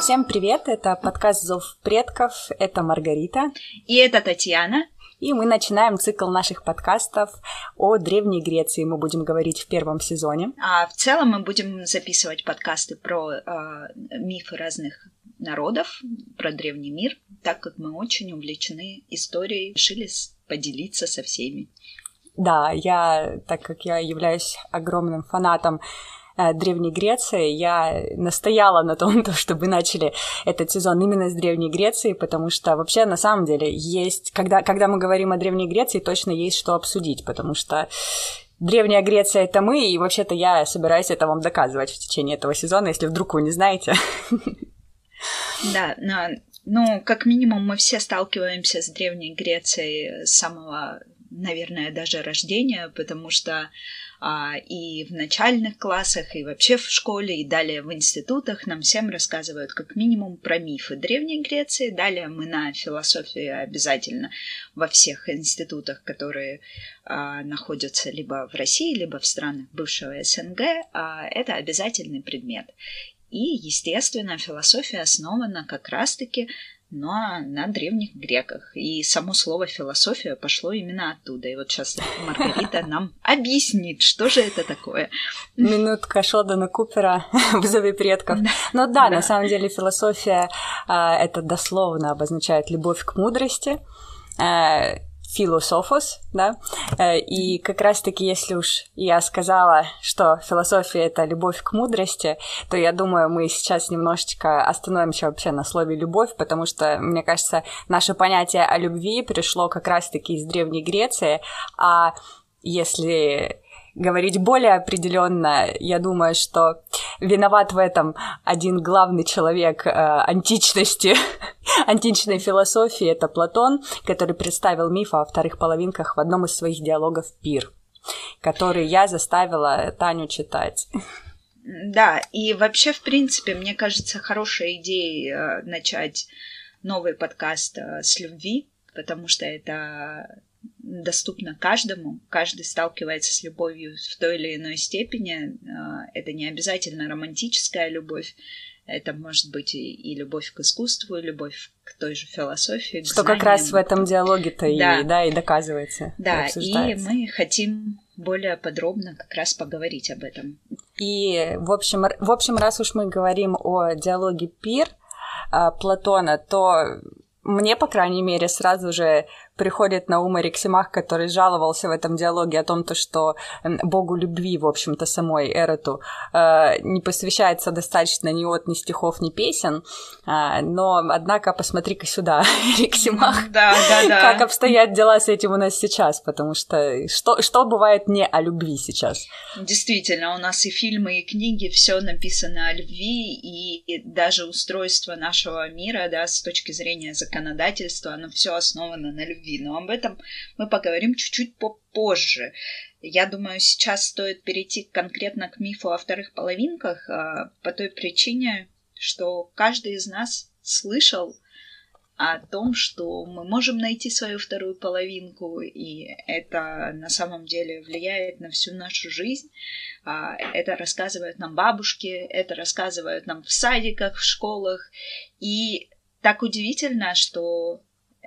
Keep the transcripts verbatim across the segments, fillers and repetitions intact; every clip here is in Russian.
Всем привет, это подкаст «Зов предков», это Маргарита. И это Татьяна. И мы начинаем цикл наших подкастов о Древней Греции. Мы будем говорить в первом сезоне. А в целом мы будем записывать подкасты про э, мифы разных народов, про древний мир, так как мы очень увлечены историей, решили поделиться со всеми. Да, я, так как я являюсь огромным фанатом Древней Греции, я настояла на том, чтобы начали этот сезон именно с Древней Греции, потому что вообще на самом деле есть, когда, когда мы говорим о Древней Греции, точно есть что обсудить, потому что Древняя Греция — это мы, и вообще-то я собираюсь это вам доказывать в течение этого сезона, если вдруг вы не знаете. Да, но, ну, как минимум мы все сталкиваемся с Древней Грецией с самого, наверное, даже рождения, потому что а, и в начальных классах, и вообще в школе, и далее в институтах нам всем рассказывают как минимум про мифы Древней Греции. Далее мы на философии обязательно во всех институтах, которые а, находятся либо в России, либо в странах бывшего СНГ, а, это обязательный предмет. И, естественно, философия основана как раз-таки на, на древних греках. И само слово «философия» пошло именно оттуда. И вот сейчас Маргарита нам объяснит, что же это такое. Минутка Шелдона Купера в «Зове предков». Ну да, да, на самом деле философия — это дословно обозначает любовь к мудрости. Философос, да, и как раз-таки, если уж я сказала, что философия — это любовь к мудрости, то я думаю, мы сейчас немножечко остановимся вообще на слове «любовь», потому что, мне кажется, наше понятие о любви пришло как раз-таки из Древней Греции, а если говорить более определенно, я думаю, что виноват в этом один главный человек э, античности, античной философии, это Платон, который представил миф о вторых половинках в одном из своих диалогов «Пир», который я заставила Таню читать. Да, и вообще, в принципе, мне кажется, хорошей идеей э, начать новый подкаст э, с любви, потому что это доступно каждому, каждый сталкивается с любовью в той или иной степени. Это не обязательно романтическая любовь, это может быть и, и любовь к искусству, и любовь к той же философии. Что как раз в этом диалоге-то да. и, да, и доказывается. Да, и, и мы хотим более подробно как раз поговорить об этом. И, в общем, в общем, раз уж мы говорим о диалоге «Пир» Платона, то мне, по крайней мере, сразу же приходит на ум Эриксимах, который жаловался в этом диалоге о том, то, что богу любви, в общем-то, самой Эроту э, не посвящается достаточно ни от, ни стихов, ни песен, э, но, однако, посмотри-ка сюда, Эриксимах, да, да, да. как обстоят дела с этим у нас сейчас, потому что что, что бывает не о любви сейчас? Действительно, у нас и фильмы, и книги, все написано о любви, и даже устройство нашего мира, да, с точки зрения законодательства, оно все основано на любви. Но об этом мы поговорим чуть-чуть попозже. Я думаю, сейчас стоит перейти конкретно к мифу о вторых половинках по той причине, что каждый из нас слышал о том, что мы можем найти свою вторую половинку, и это на самом деле влияет на всю нашу жизнь. Это рассказывают нам бабушки, это рассказывают нам в садиках, в школах. И так удивительно, что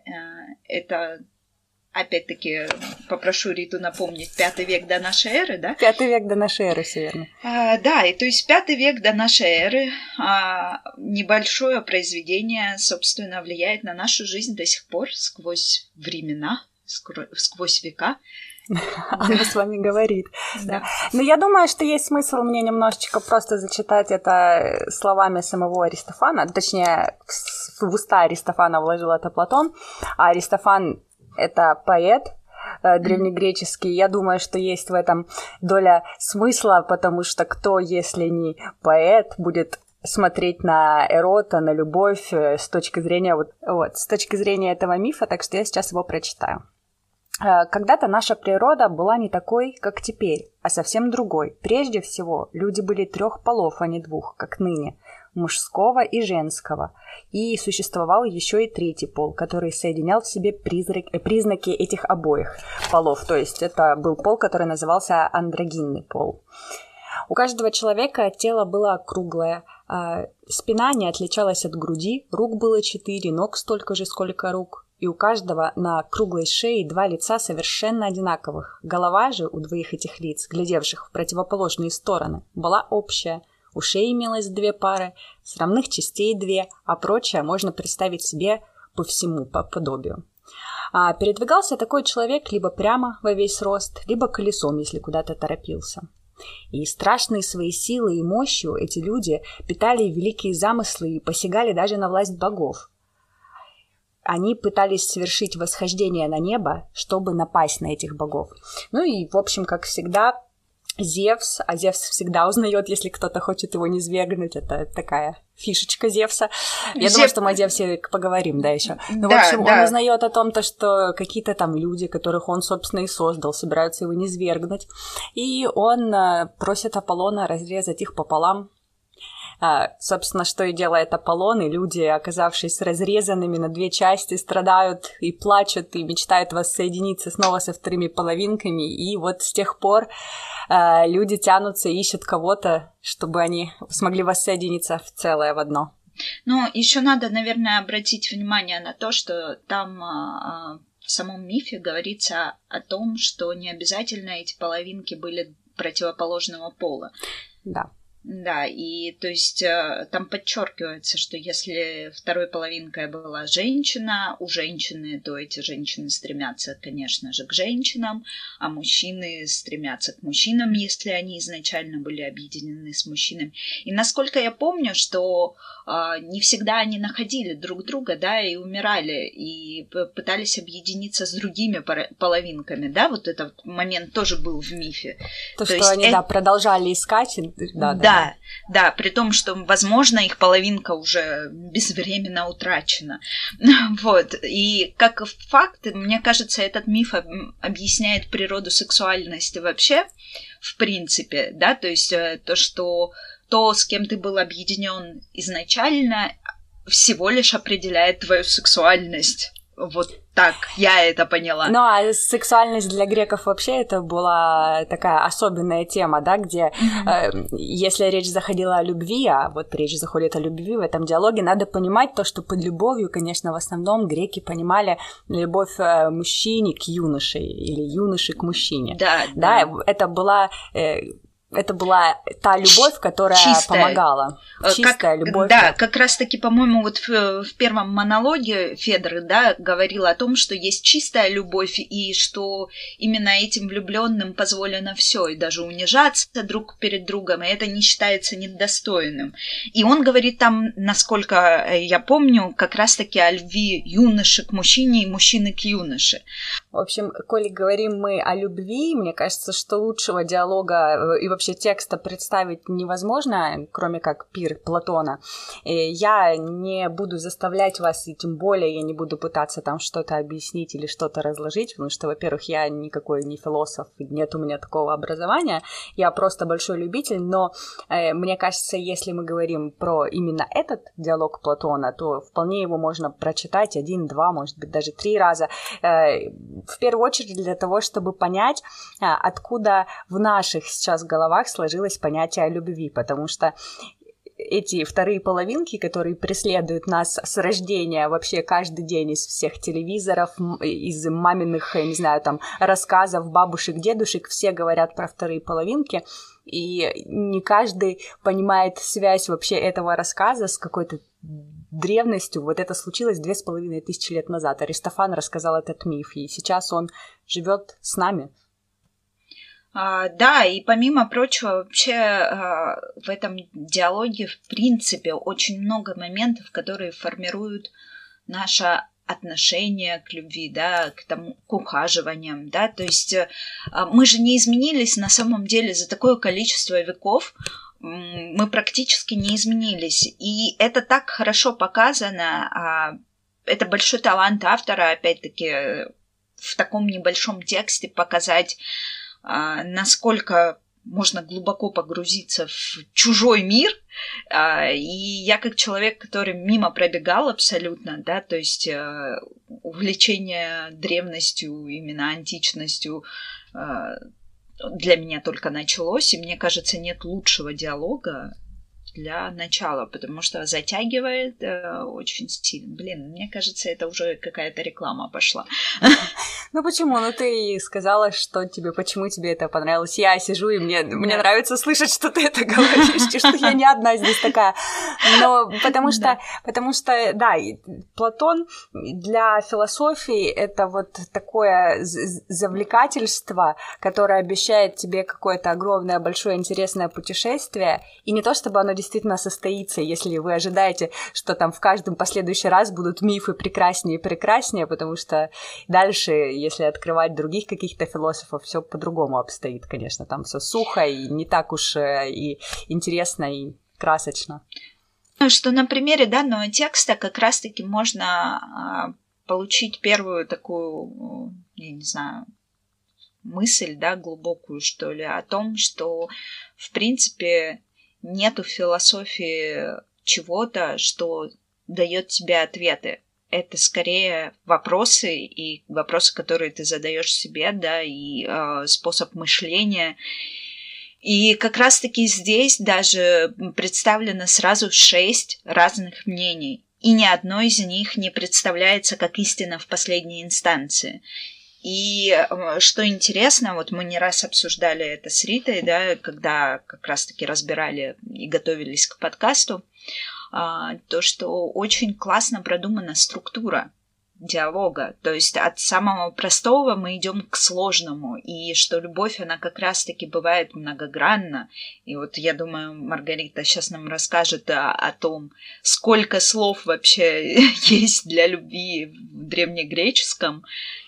это, опять-таки, попрошу Риту напомнить, пятый век до нашей эры, да? Пятый век до нашей эры, все верно. А, да, и то есть пятый век до нашей эры, а, небольшое произведение, собственно, влияет на нашу жизнь до сих пор, сквозь времена, сквозь века. Она с вами говорит. Да. Но я думаю, что есть смысл мне немножечко просто зачитать это словами самого Аристофана, точнее, в уста Аристофана вложил это Платон, а Аристофан — это поэт древнегреческий. Я думаю, что есть в этом доля смысла, потому что кто, если не поэт, будет смотреть на эрота, на любовь с точки зрения, вот, вот, с точки зрения этого мифа, так что я сейчас его прочитаю. Когда-то наша природа была не такой, как теперь, а совсем другой. Прежде всего, люди были трех полов, а не двух, как ныне, мужского и женского. И существовал еще и третий пол, который соединял в себе призрак, признаки этих обоих полов. То есть это был пол, который назывался андрогинный пол. У каждого человека тело было круглое, Спина не отличалась от груди, рук было четыре, ног столько же, сколько рук, и у каждого на круглой шее два лица совершенно одинаковых. Голова же у двоих этих лиц, глядевших в противоположные стороны, была общая. У шеи имелось две пары, срамных частей две, а прочее можно представить себе по всему, по подобию. А передвигался такой человек либо прямо во весь рост, либо колесом, если куда-то торопился. И страшные своей силой и мощью эти люди питали великие замыслы и посягали даже на власть богов. Они пытались совершить восхождение на небо, чтобы напасть на этих богов. Ну и, в общем, как всегда, Зевс, а Зевс всегда узнает, если кто-то хочет его низвергнуть, это такая фишечка Зевса. Я Зев... думаю, что мы о Зевсе поговорим, да, еще. Ну, да, в общем, да. Он узнает о том, то, что какие-то там люди, которых он, собственно, и создал, собираются его низвергнуть. И он просит Аполлона разрезать их пополам. А, собственно, что и делает Аполлон, и люди, оказавшись разрезанными на две части, страдают и плачут, и мечтают воссоединиться снова со вторыми половинками, и вот с тех пор а, люди тянутся и ищут кого-то, чтобы они смогли воссоединиться в целое, в одно. Ну, еще надо, наверное, обратить внимание на то, что там а, в самом мифе говорится о том, что не обязательно эти половинки были противоположного пола. Да. Да, и то есть там подчеркивается, что если второй половинкой была женщина, у женщины, то эти женщины стремятся, конечно же, к женщинам, а мужчины стремятся к мужчинам, если они изначально были объединены с мужчинами. И насколько я помню, что э, не всегда они находили друг друга, да, и умирали, и пытались объединиться с другими половинками, да, вот этот момент тоже был в мифе. То, то что есть они, э... да, продолжали искать, да, да. Да, да, при том, что, возможно, их половинка уже безвременно утрачена. Вот. И как факт, мне кажется, этот миф объясняет природу сексуальности вообще, в принципе, да, то есть то, что то, с кем ты был объединен изначально, всего лишь определяет твою сексуальность. Вот так я это поняла. Ну, а сексуальность для греков вообще это была такая особенная тема, да, где mm-hmm. э, если речь заходила о любви, а вот речь заходит о любви в этом диалоге, надо понимать то, что под любовью, конечно, в основном греки понимали любовь э, мужчине к юноше или юноши к мужчине. Да, да. да. Это была... Э, Это была та любовь, которая чистая, помогала. Чистая как, любовь. Да, как раз-таки, по-моему, вот в, в первом монологе Федор, да, говорил о том, что есть чистая любовь, и что именно этим влюбленным позволено все, и даже унижаться друг перед другом, и это не считается недостойным. И он говорит там, насколько я помню, как раз-таки о любви юноши к мужчине и мужчины к юноше. В общем, коли говорим мы о любви, мне кажется, что лучшего диалога и вообще текста представить невозможно, кроме как пир Платона. И я не буду заставлять вас, и тем более я не буду пытаться там что-то объяснить или что-то разложить, потому что, во-первых, я никакой не философ, нет у меня такого образования, я просто большой любитель, но э, мне кажется, если мы говорим про именно этот диалог Платона, то вполне его можно прочитать один, два, может быть, даже три раза. Э, в первую очередь для того, чтобы понять, э, откуда в наших сейчас головах сложилось понятие о любви, потому что эти вторые половинки, которые преследуют нас с рождения вообще каждый день из всех телевизоров, из маминых, я не знаю, там, рассказов бабушек, дедушек, все говорят про вторые половинки, и не каждый понимает связь вообще этого рассказа с какой-то древностью. Вот это случилось две с половиной тысячи лет назад. Аристофан рассказал этот миф, и сейчас он живет с нами. А, да, и помимо прочего, вообще а, в этом диалоге, в принципе, очень много моментов, которые формируют наше отношение к любви, да, к тому, к ухаживаниям, да, то есть а, мы же не изменились на самом деле за такое количество веков, мы практически не изменились, и это так хорошо показано, а, это большой талант автора, опять-таки, в таком небольшом тексте показать, насколько можно глубоко погрузиться в чужой мир, и я как человек, который мимо пробегал абсолютно, да, то есть увлечение древностью, именно античностью для меня только началось, и мне кажется, нет лучшего диалога, для начала, потому что затягивает э, очень сильно. Блин, мне кажется, это уже какая-то реклама пошла. Ну почему? Ну ты сказала, что тебе, почему тебе это понравилось. Я сижу, и мне, да. мне нравится слышать, что ты это говоришь, и что я не одна здесь такая. Но потому что, да. потому что, да, Платон для философии это вот такое завлекательство, которое обещает тебе какое-то огромное, большое, интересное путешествие, и не то, чтобы оно действительно состоится, если вы ожидаете, что там в каждом последующий раз будут мифы прекраснее и прекраснее, потому что дальше, если открывать других каких-то философов, все по-другому обстоит, конечно, там все сухо и не так уж и интересно, и красочно. Что на примере данного текста как раз-таки можно получить первую такую, я не знаю, мысль, да, глубокую, что ли, о том, что, в принципе, нету в философии чего-то, что дает тебе ответы. Это скорее вопросы, и вопросы, которые ты задаешь себе, да, и э, способ мышления. И как раз-таки здесь даже представлено сразу шесть разных мнений, и ни одно из них не представляется как истина в последней инстанции. И что интересно, вот мы не раз обсуждали это с Ритой, да, когда как раз-таки разбирали и готовились к подкасту, то, что очень классно продумана структура диалога. То есть от самого простого мы идем к сложному, и что любовь, она как раз-таки бывает многогранна. И вот я думаю, Маргарита сейчас нам расскажет о, о том, сколько слов вообще есть для любви в древнегреческом.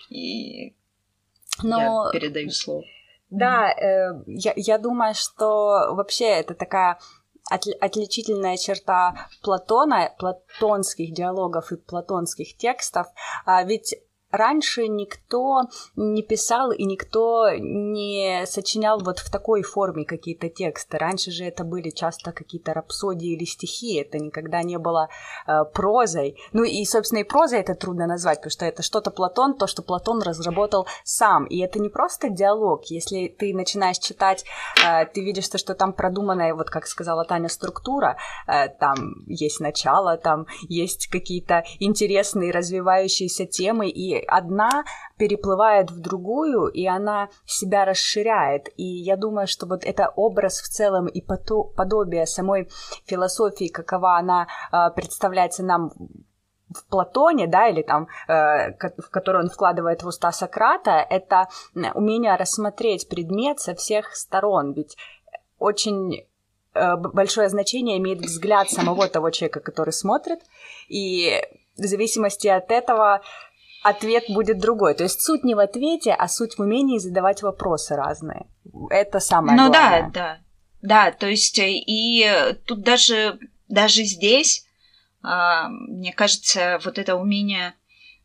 И Но... я передаю слово. Да, э, я, я думаю, что вообще это такая от, отличительная черта Платона, платонских диалогов и платонских текстов, а ведь раньше никто не писал и никто не сочинял вот в такой форме какие-то тексты. Раньше же это были часто какие-то рапсодии или стихи, это никогда не было э, прозой. Ну и, собственно, и прозой это трудно назвать, потому что это что-то Платон, то, что Платон разработал сам. И это не просто диалог. Если ты начинаешь читать, э, ты видишь, что, что там продуманная, вот как сказала Таня, структура, э, там есть начало, там есть какие-то интересные развивающиеся темы, и одна переплывает в другую, и она себя расширяет. И я думаю, что вот это образ в целом и подобие самой философии, какова она э, представляется нам в Платоне, да, или там, э, в который он вкладывает в уста Сократа, это умение рассмотреть предмет со всех сторон. Ведь очень э, большое значение имеет взгляд самого того человека, который смотрит, и в зависимости от этого ответ будет другой. То есть суть не в ответе, а суть в умении задавать вопросы разные. Это самое ну, главное. Ну да, да. Да, то есть и тут даже, даже здесь, мне кажется, вот это умение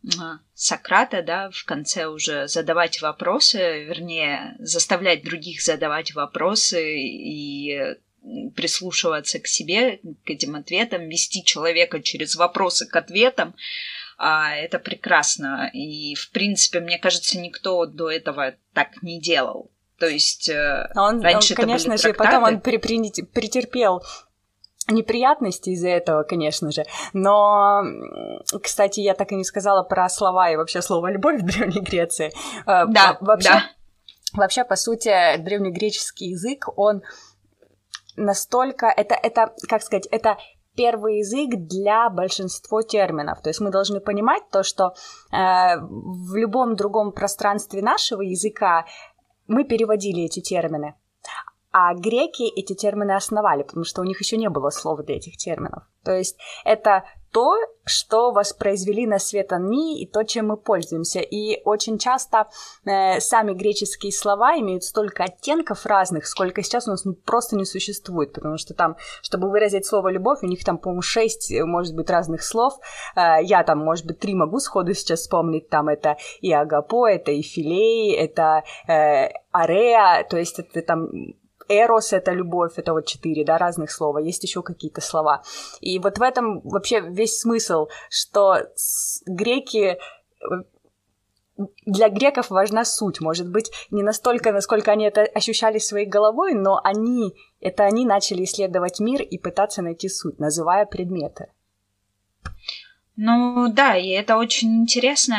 Сократа, да, в конце уже задавать вопросы, вернее, заставлять других задавать вопросы и прислушиваться к себе, к этим ответам, вести человека через вопросы к ответам, А, это прекрасно. И, в принципе, мне кажется, никто до этого так не делал. То есть он, раньше он, конечно это были же, трактаты. Потом он претерпел неприятности из-за этого, конечно же. Но, кстати, я так и не сказала про слова и вообще слово «любовь» в Древней Греции. Да, вообще, да. Вообще, по сути, древнегреческий язык, он настолько... Это, это как сказать, это... первый язык для большинства терминов. То есть мы должны понимать то, что э, в любом другом пространстве нашего языка мы переводили эти термины. А греки эти термины основали, потому что у них еще не было слов для этих терминов. То есть это то, что воспроизвели на свет они, и то, чем мы пользуемся. И очень часто э, сами греческие слова имеют столько оттенков разных, сколько сейчас у нас просто не существует, потому что там, чтобы выразить слово «любовь», у них там, по-моему, шесть, может быть, разных слов. Э, я там, может быть, три могу сходу сейчас вспомнить. Там это и агапо, это и филей, это э, ареа, то есть это там... Эрос — это любовь, это вот четыре, да, разных слова, есть еще какие-то слова. И вот в этом вообще весь смысл, что греки для греков важна суть. Может быть, не настолько, насколько они это ощущали своей головой, но они, это они начали исследовать мир и пытаться найти суть, называя предметы. Ну да, и это очень интересно.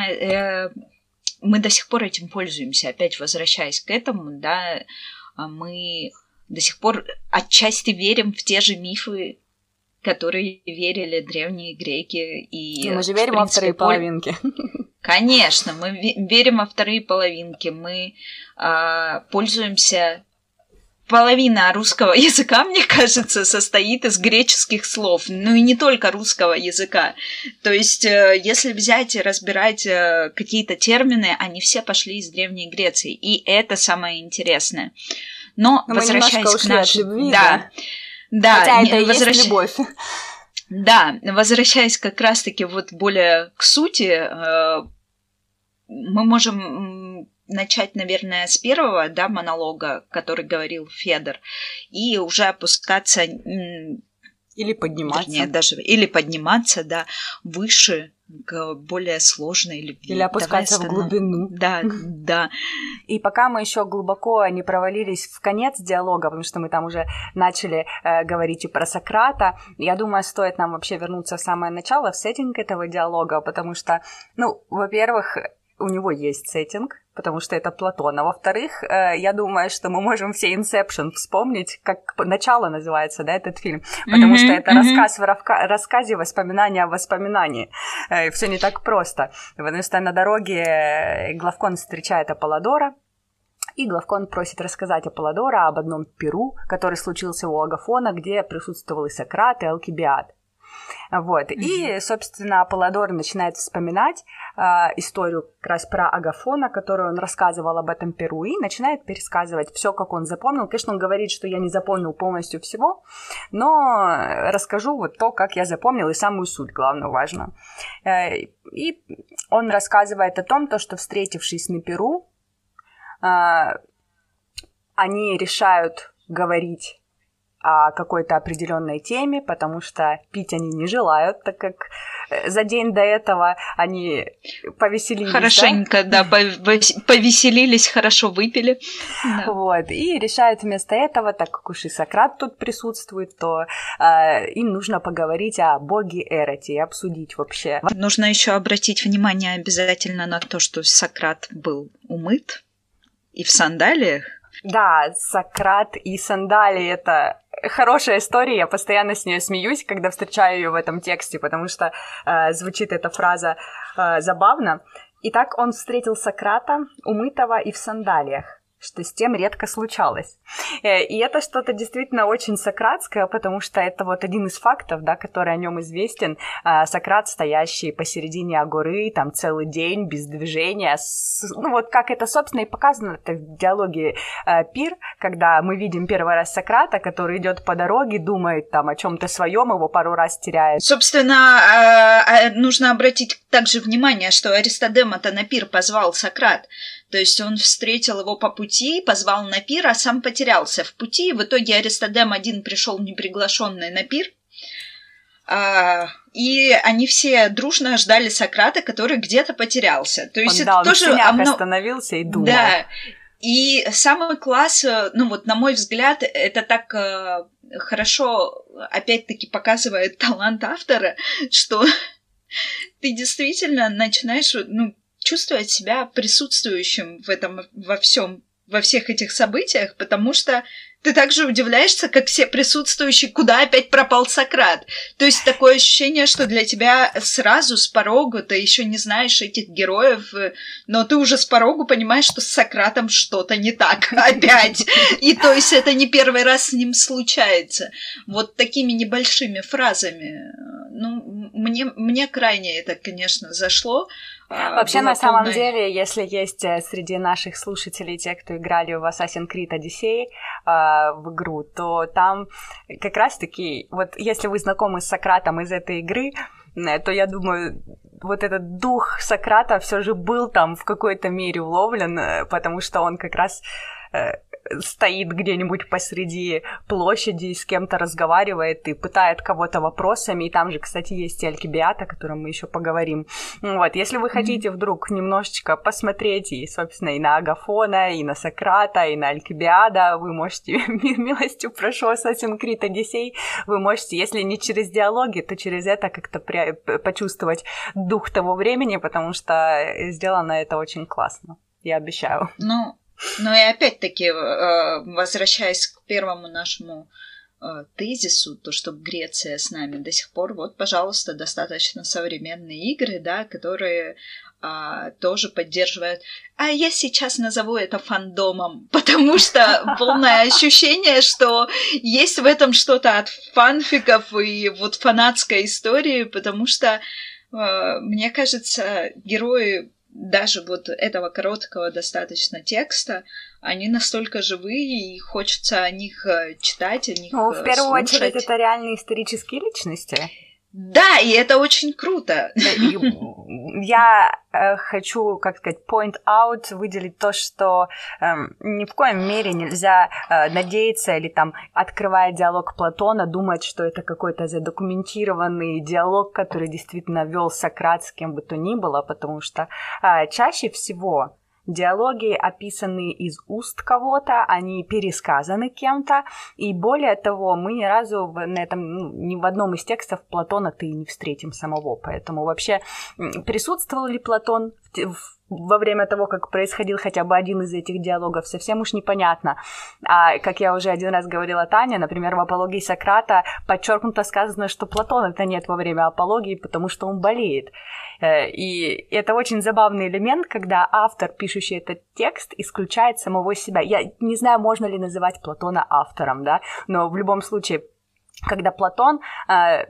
Мы до сих пор этим пользуемся. Опять возвращаясь к этому, да, мы до сих пор отчасти верим в те же мифы, которые верили древние греки. И, и мы же верим во вторые пол... половинки. Конечно, мы верим во вторые половинки. Мы а, пользуемся... Половина русского языка, мне кажется, состоит из греческих слов. Ну и не только русского языка. То есть, если взять и разбирать какие-то термины, они все пошли из Древней Греции. И это самое интересное. Но, Но возвращаясь к нашей... любви, да. Да. Хотя это и возвращ... есть любовь. Да, возвращаясь как раз-таки вот более к сути, мы можем... начать, наверное, с первого, да, монолога, который говорил Федор, и уже опускаться... Или подниматься. Вернее, даже, или подниматься, да, выше, к более сложной любви. Или опускаться Давай в глубину. Да, да. И пока мы еще глубоко не провалились в конец диалога, потому что мы там уже начали э, говорить и про Сократа, я думаю, стоит нам вообще вернуться в самое начало, в сеттинг этого диалога, потому что, ну, во-первых, у него есть сеттинг, потому что это Платон. А во-вторых, я думаю, что мы можем все «Инсепшн» вспомнить, как начало называется, да, этот фильм, потому mm-hmm, что это mm-hmm. рассказ в равка- рассказе, воспоминания о воспоминании. Все не так просто, потому что на дороге Главкон встречает Аполлодора, и Главкон просит рассказать Аполлодора об одном пиру, который случился у Агафона, где присутствовал и Сократ, и Алкибиад. Вот. Mm-hmm. И, собственно, Аполлодор начинает вспоминать э, историю как раз про Агафона, которую он рассказывал об этом пиру, и начинает пересказывать все, как он запомнил. Конечно, он говорит, что я не запомнил полностью всего, но расскажу вот то, как я запомнил, и самую суть, главное, важно. Э, и он рассказывает о том, то, что, встретившись на пиру, э, они решают говорить о какой-то определенной теме, потому что пить они не желают, так как за день до этого они повеселились. Хорошенько, да, да повеселились, хорошо выпили. Да. Вот, и решают вместо этого, так как уж и Сократ тут присутствует, то э, им нужно поговорить о боге Эроте и обсудить вообще. Нужно еще обратить внимание обязательно на то, что Сократ был умыт и в сандалиях. Да, Сократ и сандалии — это хорошая история, я постоянно с ней смеюсь, когда встречаю ее в этом тексте, потому что э, звучит эта фраза э, забавно. Итак, он встретил Сократа, умытого и в сандалиях, что с тем редко случалось. И это что-то действительно очень сократское, потому что это вот один из фактов, да, который о нем известен. Сократ, стоящий посередине агоры, там целый день без движения. Ну вот как это, собственно, и показано это в диалоге «Пир», когда мы видим первый раз Сократа, который идет по дороге, думает там о чем-то своем, его пару раз теряет. Собственно, нужно обратить также внимание, что Аристодема-то на пир позвал Сократ. То есть он встретил его по пути, позвал на пир, а сам потерялся в пути. В итоге Аристодем один пришел неприглашенный на пир. И они все дружно ждали Сократа, который где-то потерялся. То есть он, это да, тоже... Он в синях остановился и думал. Да. И самый класс, ну вот на мой взгляд, это так хорошо, опять-таки, показывает талант автора, что ты действительно начинаешь, ну, чувствовать себя присутствующим в этом, во всем, во всех этих событиях, потому что ты также удивляешься, как все присутствующие, куда опять пропал Сократ. То есть такое ощущение, что для тебя сразу с порогу, ты еще не знаешь этих героев, но ты уже с порогу понимаешь, что с Сократом что-то не так опять. И то есть это не первый раз с ним случается. Вот такими небольшими фразами. Ну, мне, мне крайне это, конечно, зашло. Вообще, на самом полной... деле, если есть среди наших слушателей те, кто играли в Assassin's Creed Odyssey э, в игру, то там как раз-таки, вот если вы знакомы с Сократом из этой игры, то я думаю, вот этот дух Сократа все же был там в какой-то мере уловлен, потому что он как раз... Э, стоит где-нибудь посреди площади и с кем-то разговаривает и пытает кого-то вопросами. И там же, кстати, есть и Алкибиад, о котором мы еще поговорим. Вот, если вы хотите вдруг немножечко посмотреть и, собственно, и на Агафона, и на Сократа, и на Алкибиада, вы можете, милостью прошу, Assassin's Creed Odyssey, вы можете, если не через диалоги, то через это как-то при... почувствовать дух того времени, потому что сделано это очень классно, я обещаю. Ну, ну и опять-таки, возвращаясь к первому нашему тезису, то, что Греция с нами до сих пор, вот, пожалуйста, достаточно современные игры, да, которые а, тоже поддерживают. А я сейчас назову это фандомом, потому что полное ощущение, что есть в этом что-то от фанфиков и вот фанатской истории, потому что, а, мне кажется, герои даже вот этого короткого достаточно текста, они настолько живые, и хочется о них читать, о них Ну, в первую слушать. очередь, это реальные исторические личности. Да, и это очень круто. Я э, хочу, как сказать, point out, выделить то, что э, ни в коем мере нельзя э, надеяться или там, открывая диалог Платона, думать, что это какой-то задокументированный диалог, который действительно вел Сократ с кем бы то ни было, потому что э, чаще всего диалоги описаны из уст кого-то, они пересказаны кем-то, и более того, мы ни разу в, на этом, ну, ни в одном из текстов Платона-то и не встретим самого, поэтому вообще присутствовал ли Платон в, в, во время того, как происходил хотя бы один из этих диалогов, совсем уж непонятно. А, как я уже один раз говорила Таня, например, в апологии Сократа подчеркнуто сказано, что Платона-то нет во время апологии, потому что он болеет. И это очень забавный элемент, когда автор, пишущий этот текст, исключает самого себя. Я не знаю, можно ли называть Платона автором, да, но в любом случае, когда Платон э,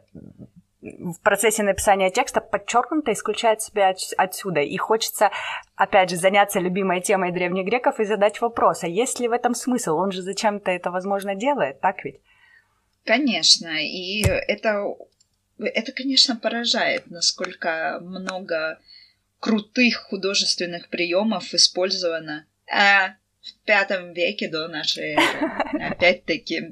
в процессе написания текста подчеркнуто исключает себя отсюда, и хочется, опять же, заняться любимой темой древних греков и задать вопрос, а есть ли в этом смысл? Он же зачем-то это, возможно, делает, так ведь? Конечно, и это... Это, конечно, поражает, насколько много крутых художественных приемов использовано а, в пятом веке до нашей эры. Опять-таки.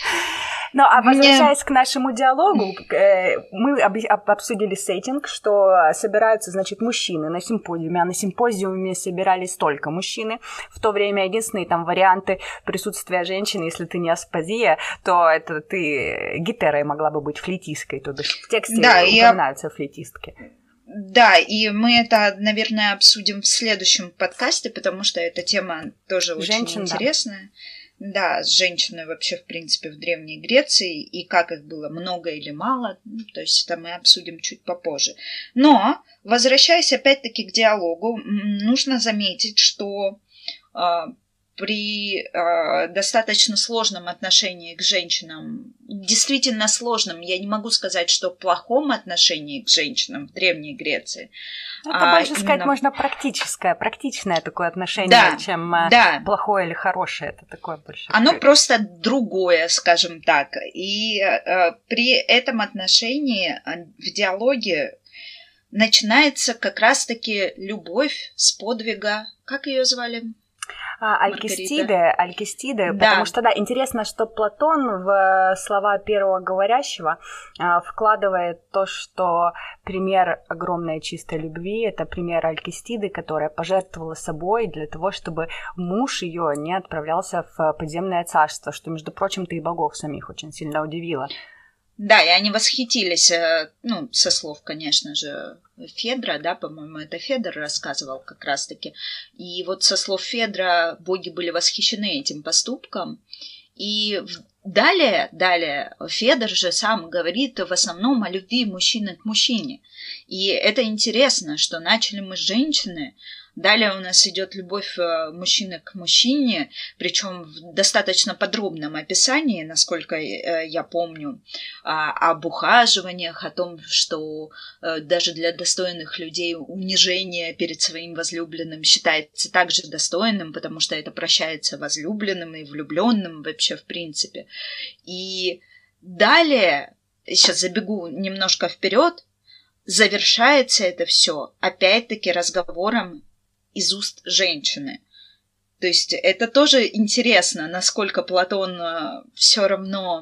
Ну, а возвращаясь Мне... к нашему диалогу, мы обсудили сеттинг, что собираются, значит, мужчины на симпозиуме, а на симпозиуме собирались только мужчины. В то время единственные там варианты присутствия женщины, если ты не аспазия, то это ты гетерой могла бы быть, флейтисткой, то бишь в тексте да, упоминаются я... флейтистки. Да, и мы это, наверное, обсудим в следующем подкасте, потому что эта тема тоже очень Женщин, интересная. Да. Да, с женщиной вообще, в принципе, в Древней Греции, и как их было, много или мало, ну, то есть это мы обсудим чуть попозже. Но, возвращаясь опять-таки к диалогу, нужно заметить, что э, при э, достаточно сложном отношении к женщинам, действительно сложном, я не могу сказать, что плохом отношении к женщинам в Древней Греции. Это а, больше именно... сказать можно практическое, практичное такое отношение, да, чем да. плохое или хорошее. Это такое больше. Оно просто другое, скажем так. И э, при этом отношении в диалоге начинается как раз-таки любовь с подвига. Как ее звали? Алькистиды, Алькистиды, да. Потому что, да, интересно, что Платон в слова первого говорящего вкладывает то, что пример огромной чистой любви — это пример Алькистиды, которая пожертвовала собой для того, чтобы муж ее не отправлялся в подземное царство, что, между прочим-то, и богов самих очень сильно удивило. Да, и они восхитились, ну, со слов, конечно же, Федра, да, по-моему, это Федор рассказывал как раз-таки. И вот со слов Федра боги были восхищены этим поступком. И далее, далее Федор же сам говорит в основном о любви мужчины к мужчине. И это интересно, что начали мы с женщины. Далее у нас идет любовь мужчины к мужчине, причем в достаточно подробном описании, насколько я помню, об ухаживаниях, о том, что даже для достойных людей унижение перед своим возлюбленным считается также достойным, потому что это прощается возлюбленным и влюбленным вообще в принципе. И далее, сейчас забегу немножко вперед, завершается это все опять-таки разговором из уст женщины. То есть это тоже интересно, насколько Платон все равно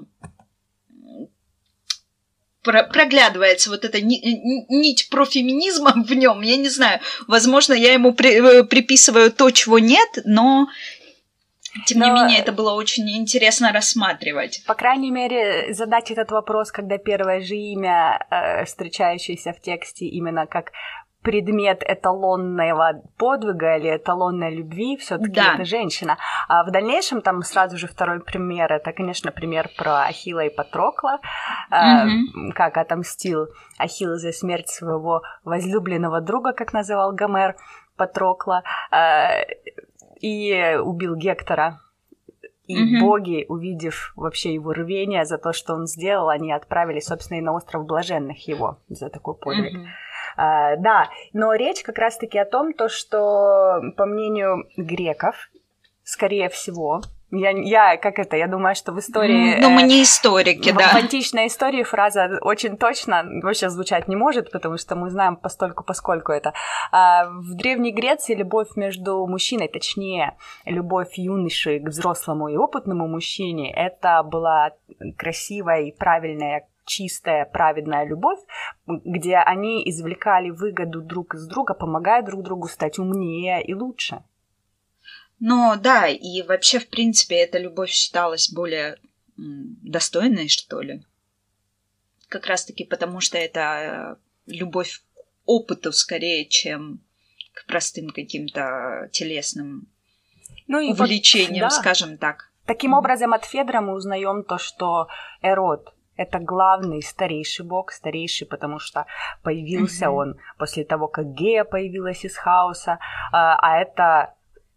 проглядывается вот эта нить профеминизма в нем. Я не знаю, возможно, я ему при, приписываю то, чего нет, но тем но, не менее это было очень интересно рассматривать. По крайней мере, задать этот вопрос, когда первое же имя, э, встречающееся в тексте, именно как предмет эталонного подвига или эталонной любви, все-таки да. это женщина. А в дальнейшем там сразу же второй пример, это, конечно, пример про Ахилла и Патрокла, mm-hmm. как отомстил Ахилл за смерть своего возлюбленного друга, как называл Гомер, Патрокла, и убил Гектора. И mm-hmm. боги, увидев вообще его рвение за то, что он сделал, они отправили, собственно, и на остров Блаженных его за такой подвиг. Mm-hmm. Uh, да, но речь как раз-таки о том, то, что, по мнению греков, скорее всего, я, я как это, я думаю, что в истории... Ну, мы не историки, в, да. В античной истории фраза очень точно вообще звучать не может, потому что мы знаем постольку, поскольку это. Uh, в Древней Греции любовь между мужчиной, точнее, любовь юноши к взрослому и опытному мужчине, это была красивая и правильная чистая, праведная любовь, где они извлекали выгоду друг из друга, помогая друг другу стать умнее и лучше. Ну да, и вообще, в принципе, эта любовь считалась более достойной, что ли. Как раз-таки потому, что это любовь к опыту скорее, чем к простым каким-то телесным ну и увлечениям, вот, да. скажем так. Таким mm-hmm. образом, от Федра мы узнаем то, что Эрот — это главный, старейший бог, старейший, потому что появился mm-hmm. он после того, как Гея появилась из хаоса, а это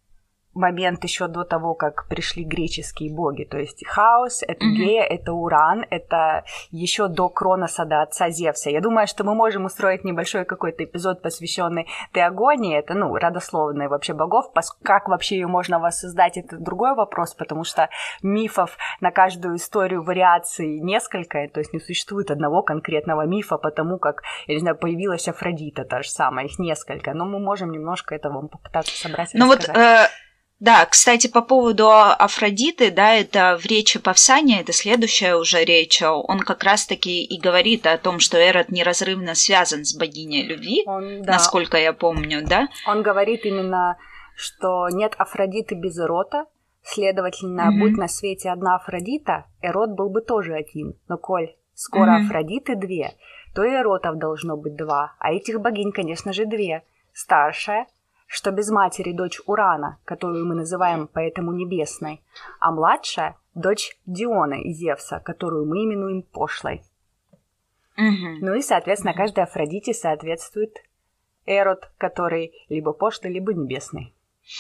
момент еще до того, как пришли греческие боги. То есть хаос — это mm-hmm. Гея, это Уран, это еще до Кроноса, до отца Зевса. Я думаю, что мы можем устроить небольшой какой-то эпизод, посвященный Теогонии. Это, ну, родословные вообще богов. Как вообще ее можно воссоздать, это другой вопрос, потому что мифов на каждую историю вариаций несколько, то есть не существует одного конкретного мифа, потому как, я не знаю, появилась Афродита, та же самая, их несколько. Но мы можем немножко это вам попытаться собрать и ну рассказать. Вот, э- Да, кстати, по поводу Афродиты, да, это в речи Павсания, это следующая уже речь, он как раз-таки и говорит о том, что Эрот неразрывно связан с богиней любви, он, да. насколько я помню, да? Он говорит именно, что нет Афродиты без Эрота, следовательно, mm-hmm. будь на свете одна Афродита, Эрот был бы тоже один, но коль скоро mm-hmm. Афродиты две, то и Эротов должно быть два, а этих богинь, конечно же, две. Старшая, что без матери дочь Урана, которую мы называем поэтому небесной, а младшая — дочь Диона и Зевса, которую мы именуем пошлой. Mm-hmm. Ну и, соответственно, каждой Афродите соответствует Эрот, который либо пошлый, либо небесный.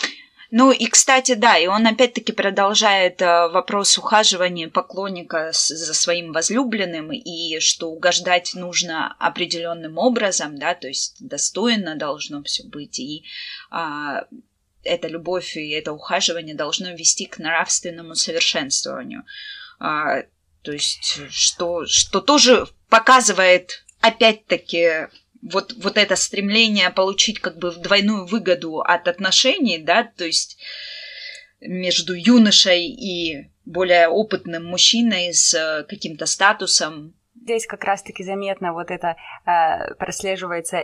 Ну и, кстати, да, и он опять-таки продолжает э, вопрос ухаживания поклонника с, за своим возлюбленным, и что угождать нужно определенным образом, да, то есть достойно должно все быть, и э, эта любовь и это ухаживание должно вести к нравственному совершенствованию. Э, то есть что, что тоже показывает опять-таки... Вот, вот это стремление получить как бы двойную выгоду от отношений, да, то есть между юношей и более опытным мужчиной с каким-то статусом. Здесь как раз-таки заметно вот это э, прослеживается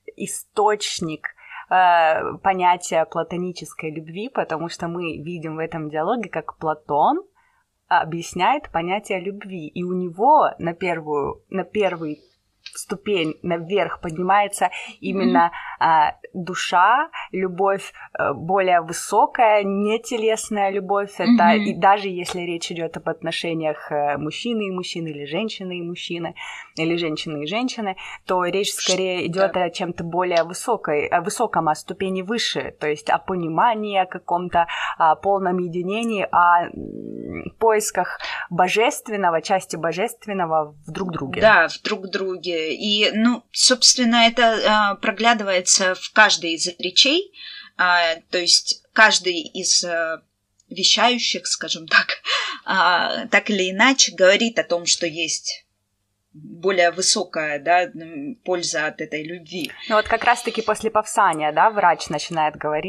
источник э, понятия платонической любви, потому что мы видим в этом диалоге, как Платон объясняет понятие любви, и у него на первую, на первый ступень наверх поднимается именно mm-hmm. а, душа, любовь а, более высокая, нетелесная любовь. Mm-hmm. Это и даже если речь идет об отношениях мужчины и мужчины, или женщины и мужчины, или женщины и женщины, то речь скорее идет да. о чем-то более высокой, о высоком, о ступени выше, то есть о понимании, о каком-то о полном единении, о поисках божественного, части божественного в друг друге. Да, в друг друге. И, ну, собственно, это а, проглядывается в каждой из речей, а, то есть каждый из а, вещающих, скажем так, а, так или иначе говорит о том, что есть более высокая, да, польза от этой любви. Ну вот как раз-таки после Павсания, да, врач начинает говорить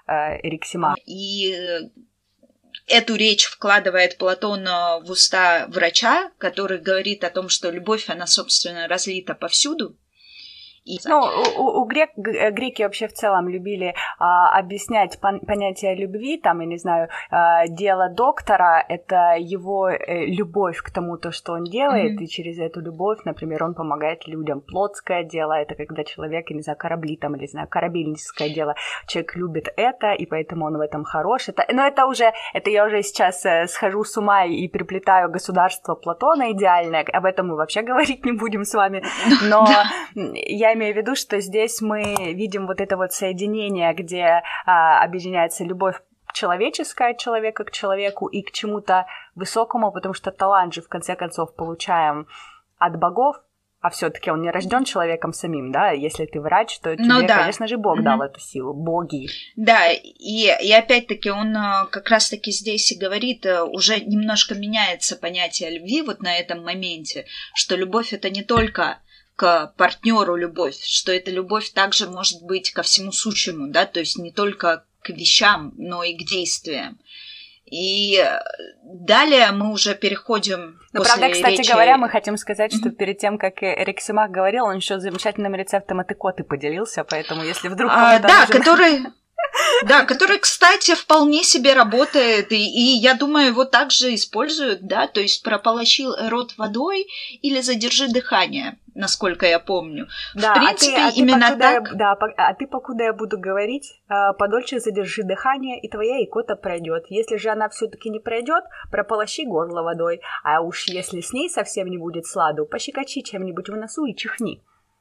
э, Эриксимах. И эту речь вкладывает Платон в уста врача, который говорит о том, что любовь, она, собственно, разлита повсюду. И... Ну, у, у грек, греки вообще в целом любили а, объяснять пон, понятие любви, там, я не знаю, а, дело доктора — это его э, любовь к тому, то, что он делает, mm-hmm. и через эту любовь, например, он помогает людям. Плотское дело — это когда человек, я не знаю, корабли там, или, не знаю, корабельническое дело, человек любит это, и поэтому он в этом хорош. Это, но это уже, это я уже сейчас э, схожу с ума и приплетаю государство Платона идеальное, об этом мы вообще говорить не будем с вами, но я имею в виду, что здесь мы видим вот это вот соединение, где а, объединяется любовь человеческая от человека к человеку и к чему-то высокому, потому что талант же в конце концов получаем от богов, а все-таки он не рожден человеком самим, да? Если ты врач, то тебе, ну, да. конечно же, Бог mm-hmm. дал эту силу, боги. Да, и, и опять-таки он как раз-таки здесь и говорит, уже немножко меняется понятие любви вот на этом моменте, что любовь — это не только к партнеру любовь, что эта любовь также может быть ко всему сущему, да, то есть не только к вещам, но и к действиям. И далее мы уже переходим. Но после правда, кстати речи... говоря, мы хотим сказать, что mm-hmm. перед тем, как Эриксимах говорил, он еще замечательным рецептом атыкоты поделился, поэтому если вдруг а, да, нужен... который... Да, который, кстати, вполне себе работает, и, и я думаю, его также используют, да, то есть прополощи рот водой или задержи дыхание, насколько я помню. Да, в принципе, а ты, а именно ты, так... Я, да, а ты, покуда я буду говорить, подольше задержи дыхание, и твоя икота пройдет. Если же она все-таки не пройдет, прополощи горло водой, а уж если с ней совсем не будет сладу, пощекочи чем-нибудь в носу и чихни.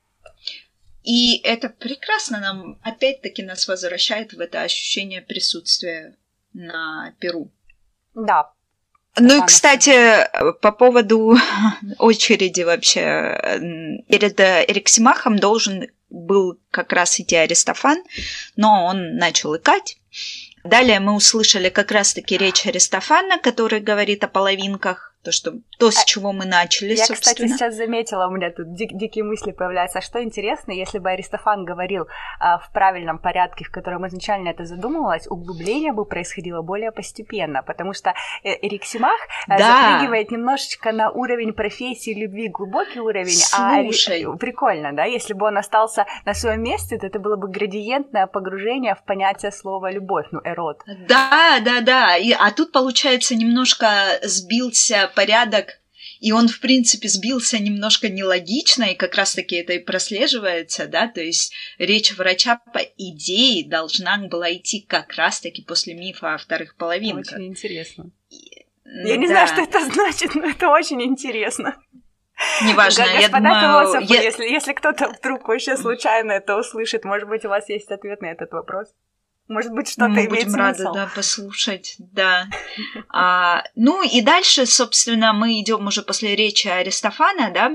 И это прекрасно нам, опять-таки, нас возвращает в это ощущение присутствия на Перу. Да. Ну и, кстати, по поводу очереди вообще. Перед Эриксимахом должен был как раз идти Аристофан, но он начал икать. Далее мы услышали как раз-таки речь Аристофана, который говорит о половинках. То, что, то, с чего мы начали, я, собственно. Я, кстати, сейчас заметила, у меня тут дик- дикие мысли появляются. А что интересно, если бы Аристофан говорил а, в правильном порядке, в котором изначально это задумывалось, углубление бы происходило более постепенно, потому что Эриксимах да. запрыгивает немножечко на уровень профессии, любви, глубокий уровень. Слушай. А прикольно, да? Если бы он остался на своем месте, то это было бы градиентное погружение в понятие слова «любовь», ну, эрот. Да, да, да. И, а тут, получается, немножко сбился порядок, и он, в принципе, сбился немножко нелогично, и как раз-таки это и прослеживается, да, то есть речь врача, по идее, должна была идти как раз-таки после мифа о вторых половинках. Очень интересно. И, я не да. знаю, что это значит, но это очень интересно. Неважно, Господа я думаю... философы, я... если, если кто-то вдруг вообще случайно это услышит, может быть, у вас есть ответ на этот вопрос? Может быть, что-то Мы имеет будем смысл. рады, да, послушать, да. а, ну и дальше, собственно, мы идем уже после речи Аристофана, да,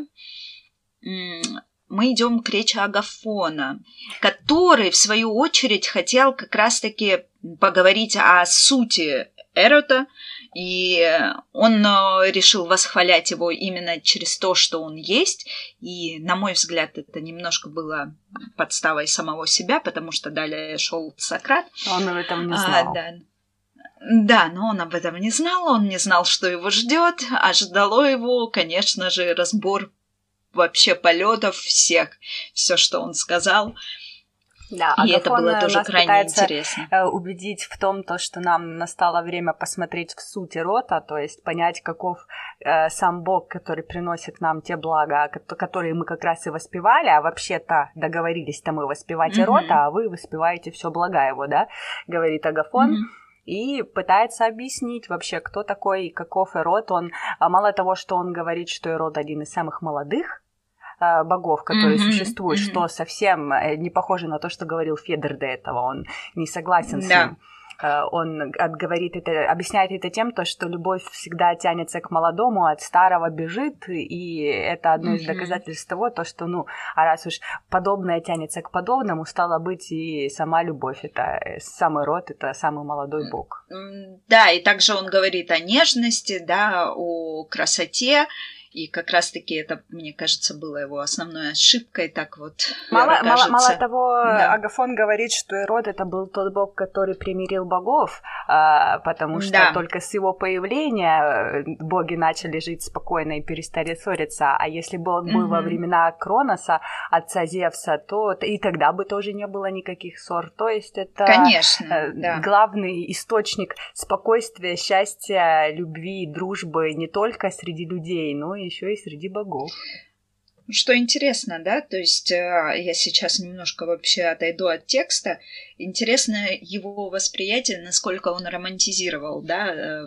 мы идем к речи Агафона, который, в свою очередь, хотел как раз-таки поговорить о сути эрота, и он решил восхвалять его именно через то, что он есть, и, на мой взгляд, это немножко было подставой самого себя, потому что далее шел Сократ. Он об этом не знал. А, да. да, но он об этом не знал, он не знал, что его ждет, а ждало его, конечно же, разбор вообще полетов всех, все, что он сказал. Да, и это было тоже крайне интересно. Убедить в том, то, что нам настало время посмотреть в суть эрота, то есть понять, каков э, сам Бог, который приносит нам те блага, которые мы как раз и воспевали, а вообще-то договорились-то мы воспевать mm-hmm. эрота, а вы воспеваете все блага его, да, говорит Агафон. Mm-hmm. И пытается объяснить вообще, кто такой и каков эрот. Он, мало того, что он говорит, что эрот один из самых молодых богов, которые mm-hmm, существуют, mm-hmm. что совсем не похоже на то, что говорил Федор до этого, он не согласен с да. ним. Он говорит это, объясняет это тем, то, что любовь всегда тянется к молодому, от старого бежит, и это одно mm-hmm. из доказательств того, то, что, ну, а раз уж подобное тянется к подобному, стало быть и сама любовь, это самый род, это самый молодой бог. Да, и также он говорит о нежности, да, о красоте, И как раз-таки это, мне кажется, было его основной ошибкой, так вот. Мало, мало, мало того, да. Агафон говорит, что Ирод это был тот бог, который примирил богов, потому что да. только с его появления боги начали жить спокойно и перестали ссориться, а если бы он был mm-hmm. во времена Кроноса, отца Зевса, то и тогда бы тоже не было никаких ссор. То есть это Конечно, да. главный источник спокойствия, счастья, любви, дружбы не только среди людей, но и еще и среди богов. Что интересно, да, то есть я сейчас немножко вообще отойду от текста. Интересно его восприятие, насколько он романтизировал, да,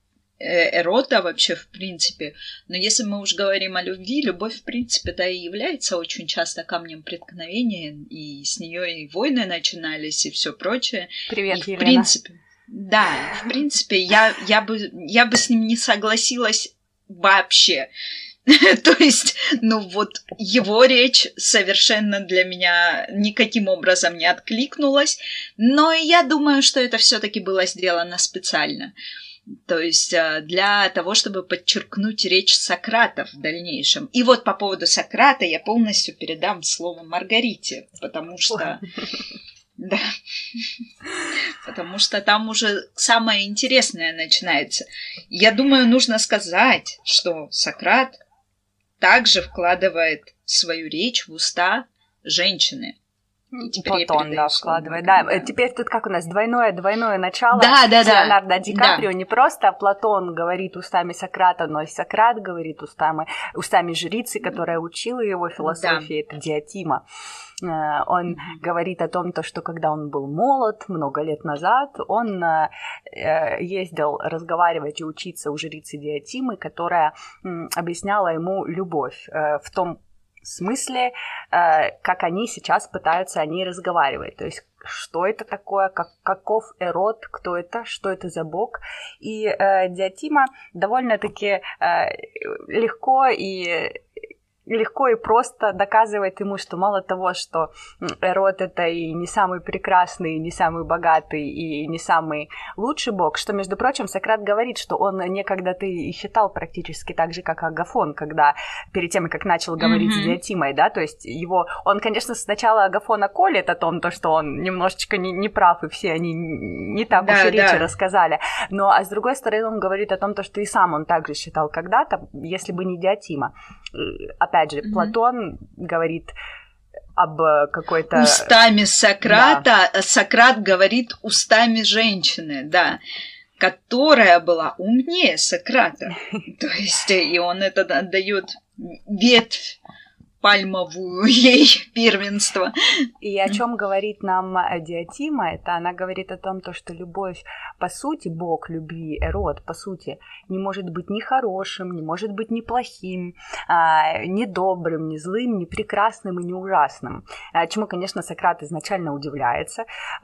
Эрота вообще в принципе. Но если мы уж говорим о любви, любовь в принципе-то и является очень часто камнем преткновения, и с нее и войны начинались, и все прочее. Привет, и, Елена. В принципе, да, в принципе, я, я, бы, я бы с ним не согласилась вообще. То есть, ну вот, его речь совершенно для меня никаким образом не откликнулась, но я думаю, что это все-таки было сделано специально. То есть для того, чтобы подчеркнуть речь Сократа в дальнейшем. И вот по поводу Сократа я полностью передам слово Маргарите, потому что... Да, потому что там уже самое интересное начинается. Я думаю, нужно сказать, что Сократ также вкладывает свою речь в уста женщины. Платон, да, вкладывает. Да, да, теперь тут как у нас двойное, двойное начало. Да, да, с да. Леонардо Ди Каприо. Да. Не просто Платон говорит устами Сократа, но и Сократ говорит устами, устами жрицы, которая учила его философии, да. Это Диотима. Он mm-hmm. говорит о том, что когда он был молод, много лет назад, он ездил разговаривать и учиться у жрицы Диотимы, которая объясняла ему любовь в том в смысле, как они сейчас пытаются о ней разговаривать. То есть, что это такое, как, каков Эрот, кто это, что это за бог. И э, Диотима довольно-таки э, легко и... легко и просто доказывает ему, что мало того, что Эрот это и не самый прекрасный, и не самый богатый, и не самый лучший бог, что, между прочим, Сократ говорит, что он некогда-то и считал практически так же, как Агафон, когда перед тем, как начал говорить mm-hmm. с Диотимой, да, то есть его, он, конечно, сначала Агафона колет о том, то, что он немножечко не, не прав, и все они не так да, уж и речи да. рассказали, но, а с другой стороны, он говорит о том, то, что и сам он также считал когда-то, если бы не Диотима. Опять же, mm-hmm. Платон говорит об какой-то... Устами Сократа, да. Сократ говорит устами женщины, да, которая была умнее Сократа. То есть, и он это дает ветвь пальмовую ей первенство. И о чем говорит нам Диотима, это она говорит о том, что любовь, по сути, бог любви, Эрот, по сути, не может быть ни хорошим, не может быть ни плохим, ни добрым, ни злым, ни прекрасным и ни ужасным. Чему, конечно, Сократ изначально удивляется,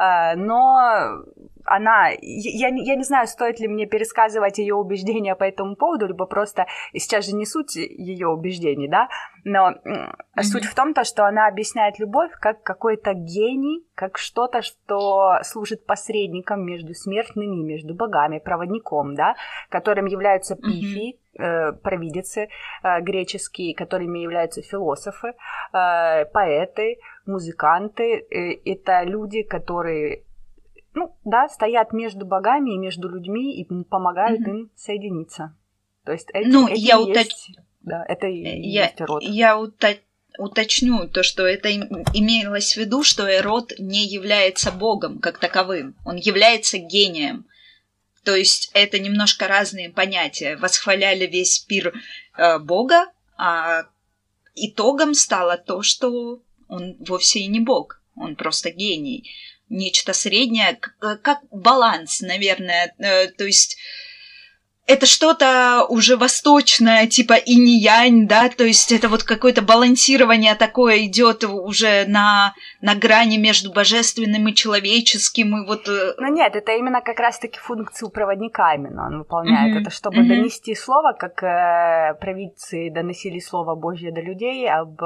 но она, я, я не знаю, стоит ли мне пересказывать ее убеждения по этому поводу, либо просто сейчас же не суть ее убеждений, да, но mm-hmm. суть в том, то, что она объясняет любовь как какой-то гений, как что-то, что служит посредником между смертными, между богами, проводником, да, которым являются пифии, mm-hmm. э, провидицы э, греческие, которыми являются философы, э, поэты, музыканты. Э, это люди, которые, ну, да, стоят между богами и между людьми и помогают mm-hmm. им соединиться. То есть эти, ну, эти я есть... уточ... Да, это и я, есть Эрот. Я уточ... уточню то, что это имелось в виду, что Эрот не является богом как таковым. Он является гением. То есть это немножко разные понятия. Восхваляли весь пир э, бога, а итогом стало то, что он вовсе и не бог. Он просто гений. Нечто среднее, как, как баланс, наверное. Э, то есть... Это что-то уже восточное, типа инь-янь, да, то есть это вот какое-то балансирование такое идет уже на, на грани между божественным и человеческим, и вот... Ну нет, это именно как раз-таки функцию проводника именно он выполняет. Mm-hmm. Это чтобы mm-hmm. донести слово, как э, провидцы доносили слово Божье до людей, об...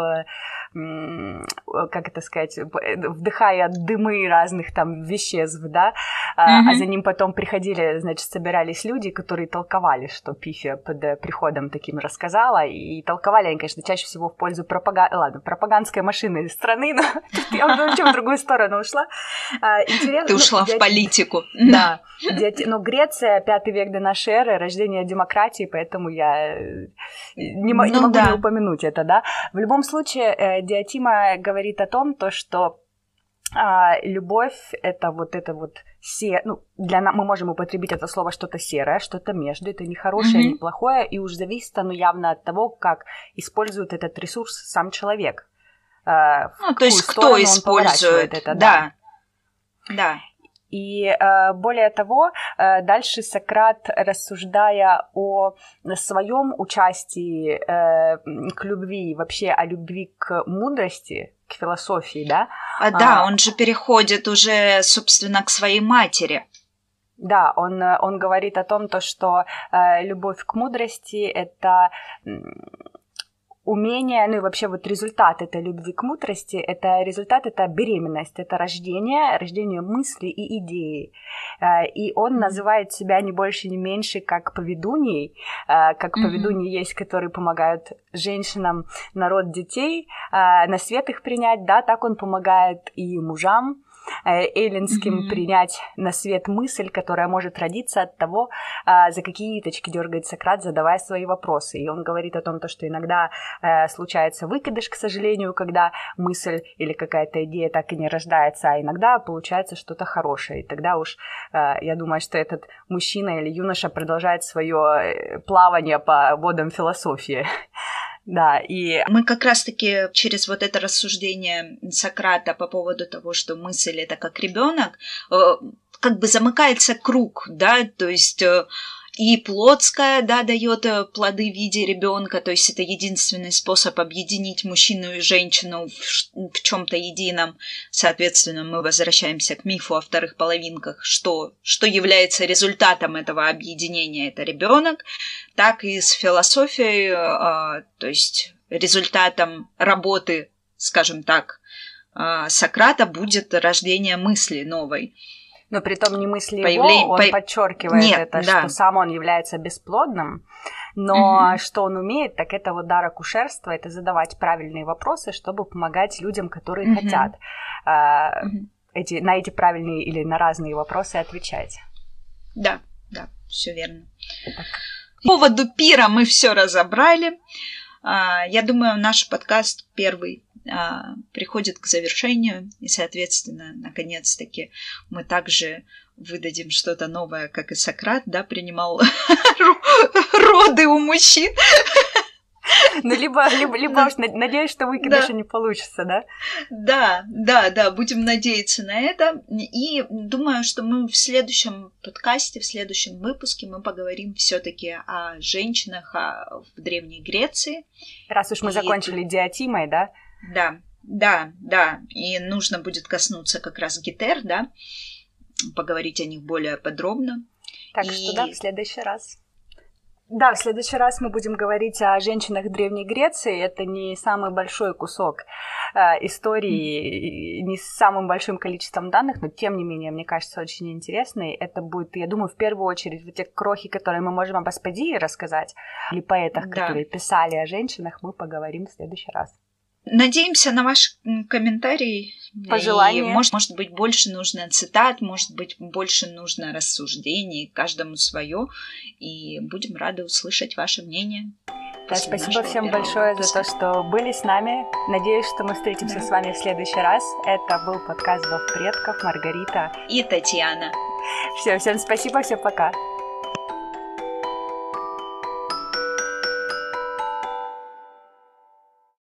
как это сказать, вдыхая дымы разных там веществ, да, mm-hmm. а за ним потом приходили, значит, собирались люди, которые толкали толковали, что Пифия под приходом таким рассказала, и толковали они, конечно, чаще всего в пользу пропаганды, ладно, пропагандской машины страны, но я вообще в другую сторону ушла. Интересно, Ты ушла ну, в диати... политику. Да, диати... ну, Греция, пятый век до нашей эры, рождение демократии, поэтому я не, м- ну, не могу да. не упомянуть это, да. В любом случае, Диотима говорит о том, то, что А, любовь — это вот это вот се... ну, для нас мы можем употребить это слово что-то серое, что-то между, это не хорошее, mm-hmm. не плохое, и уж зависит оно явно от того, как использует этот ресурс сам человек. А, ну, то есть кто использует это, да. Да. да. И э, более того, э, дальше Сократ, рассуждая о своем участии э, к любви, вообще о любви к мудрости, к философии, да? А, да, а, он же переходит уже, собственно, к своей матери. Да, он, он говорит о том, то, что э, любовь к мудрости — это умение, ну и вообще вот результат этой любви к мудрости, это результат, это беременность, это рождение, рождение мысли и идеи. И он mm-hmm. называет себя не больше, не меньше, как поведуньей, как mm-hmm. поведуньи есть, которые помогают женщинам народ детей, на свет их принять, да, так он помогает и мужам эллинским mm-hmm. принять на свет мысль, которая может родиться от того, за какие ниточки дергает Сократ, задавая свои вопросы. И он говорит о том, что иногда случается выкидыш, к сожалению, когда мысль или какая-то идея так и не рождается, а иногда получается что-то хорошее. И тогда уж я думаю, что этот мужчина или юноша продолжает свое плавание по водам философии. Да, и мы как раз-таки через вот это рассуждение Сократа по поводу того, что мысль — это как ребенок, как бы замыкается круг, да, то есть и плотская, да, дает плоды в виде ребенка, то есть это единственный способ объединить мужчину и женщину в, в чем-то едином. Соответственно, мы возвращаемся к мифу о вторых половинках, что, что является результатом этого объединения, это ребенок, так и с философией, а, то есть результатом работы, скажем так, а, Сократа будет рождение мысли новой. Но при том не мысли Появление... его, он по... подчеркивает Нет, это, да. что сам он является бесплодным, но угу. что он умеет, так это вот дар акушерства, это задавать правильные вопросы, чтобы помогать людям, которые угу. хотят э, угу. эти, на эти правильные или на разные вопросы отвечать. Да, да, все верно. Так. По поводу пира мы все разобрали. Я думаю, наш подкаст первый приходит к завершению, и, соответственно, наконец-таки мы также выдадим что-то новое, как и Сократ, да, принимал роды у мужчин. Ну, либо, либо, либо уж надеюсь, что выкидыша да. не получится, да? Да, да, да, будем надеяться на это. И думаю, что мы в следующем подкасте, в следующем выпуске мы поговорим все-таки о женщинах о, в Древней Греции. Раз уж мы и закончили это... Диотимой, да? Да, да, да. И нужно будет коснуться как раз гетер, да, поговорить о них более подробно. Так и... что да, в следующий раз. Да, в следующий раз мы будем говорить о женщинах Древней Греции. Это не самый большой кусок э, истории, mm-hmm. не с самым большим количеством данных, но тем не менее, мне кажется, очень интересный. Это будет, я думаю, в первую очередь вот те крохи, которые мы можем об Асподии рассказать, или поэтах, да. которые писали о женщинах, мы поговорим в следующий раз. Надеемся на ваши комментарии. Пожелания. Может, может быть, больше нужно цитат, может быть, больше нужно рассуждений, каждому свое. И будем рады услышать ваше мнение. Да, спасибо всем большое выпуска. За то, что были с нами. Надеюсь, что мы встретимся да. с вами в следующий раз. Это был подкаст «Зов предков», Маргарита и Татьяна. Все, всем спасибо, всем пока.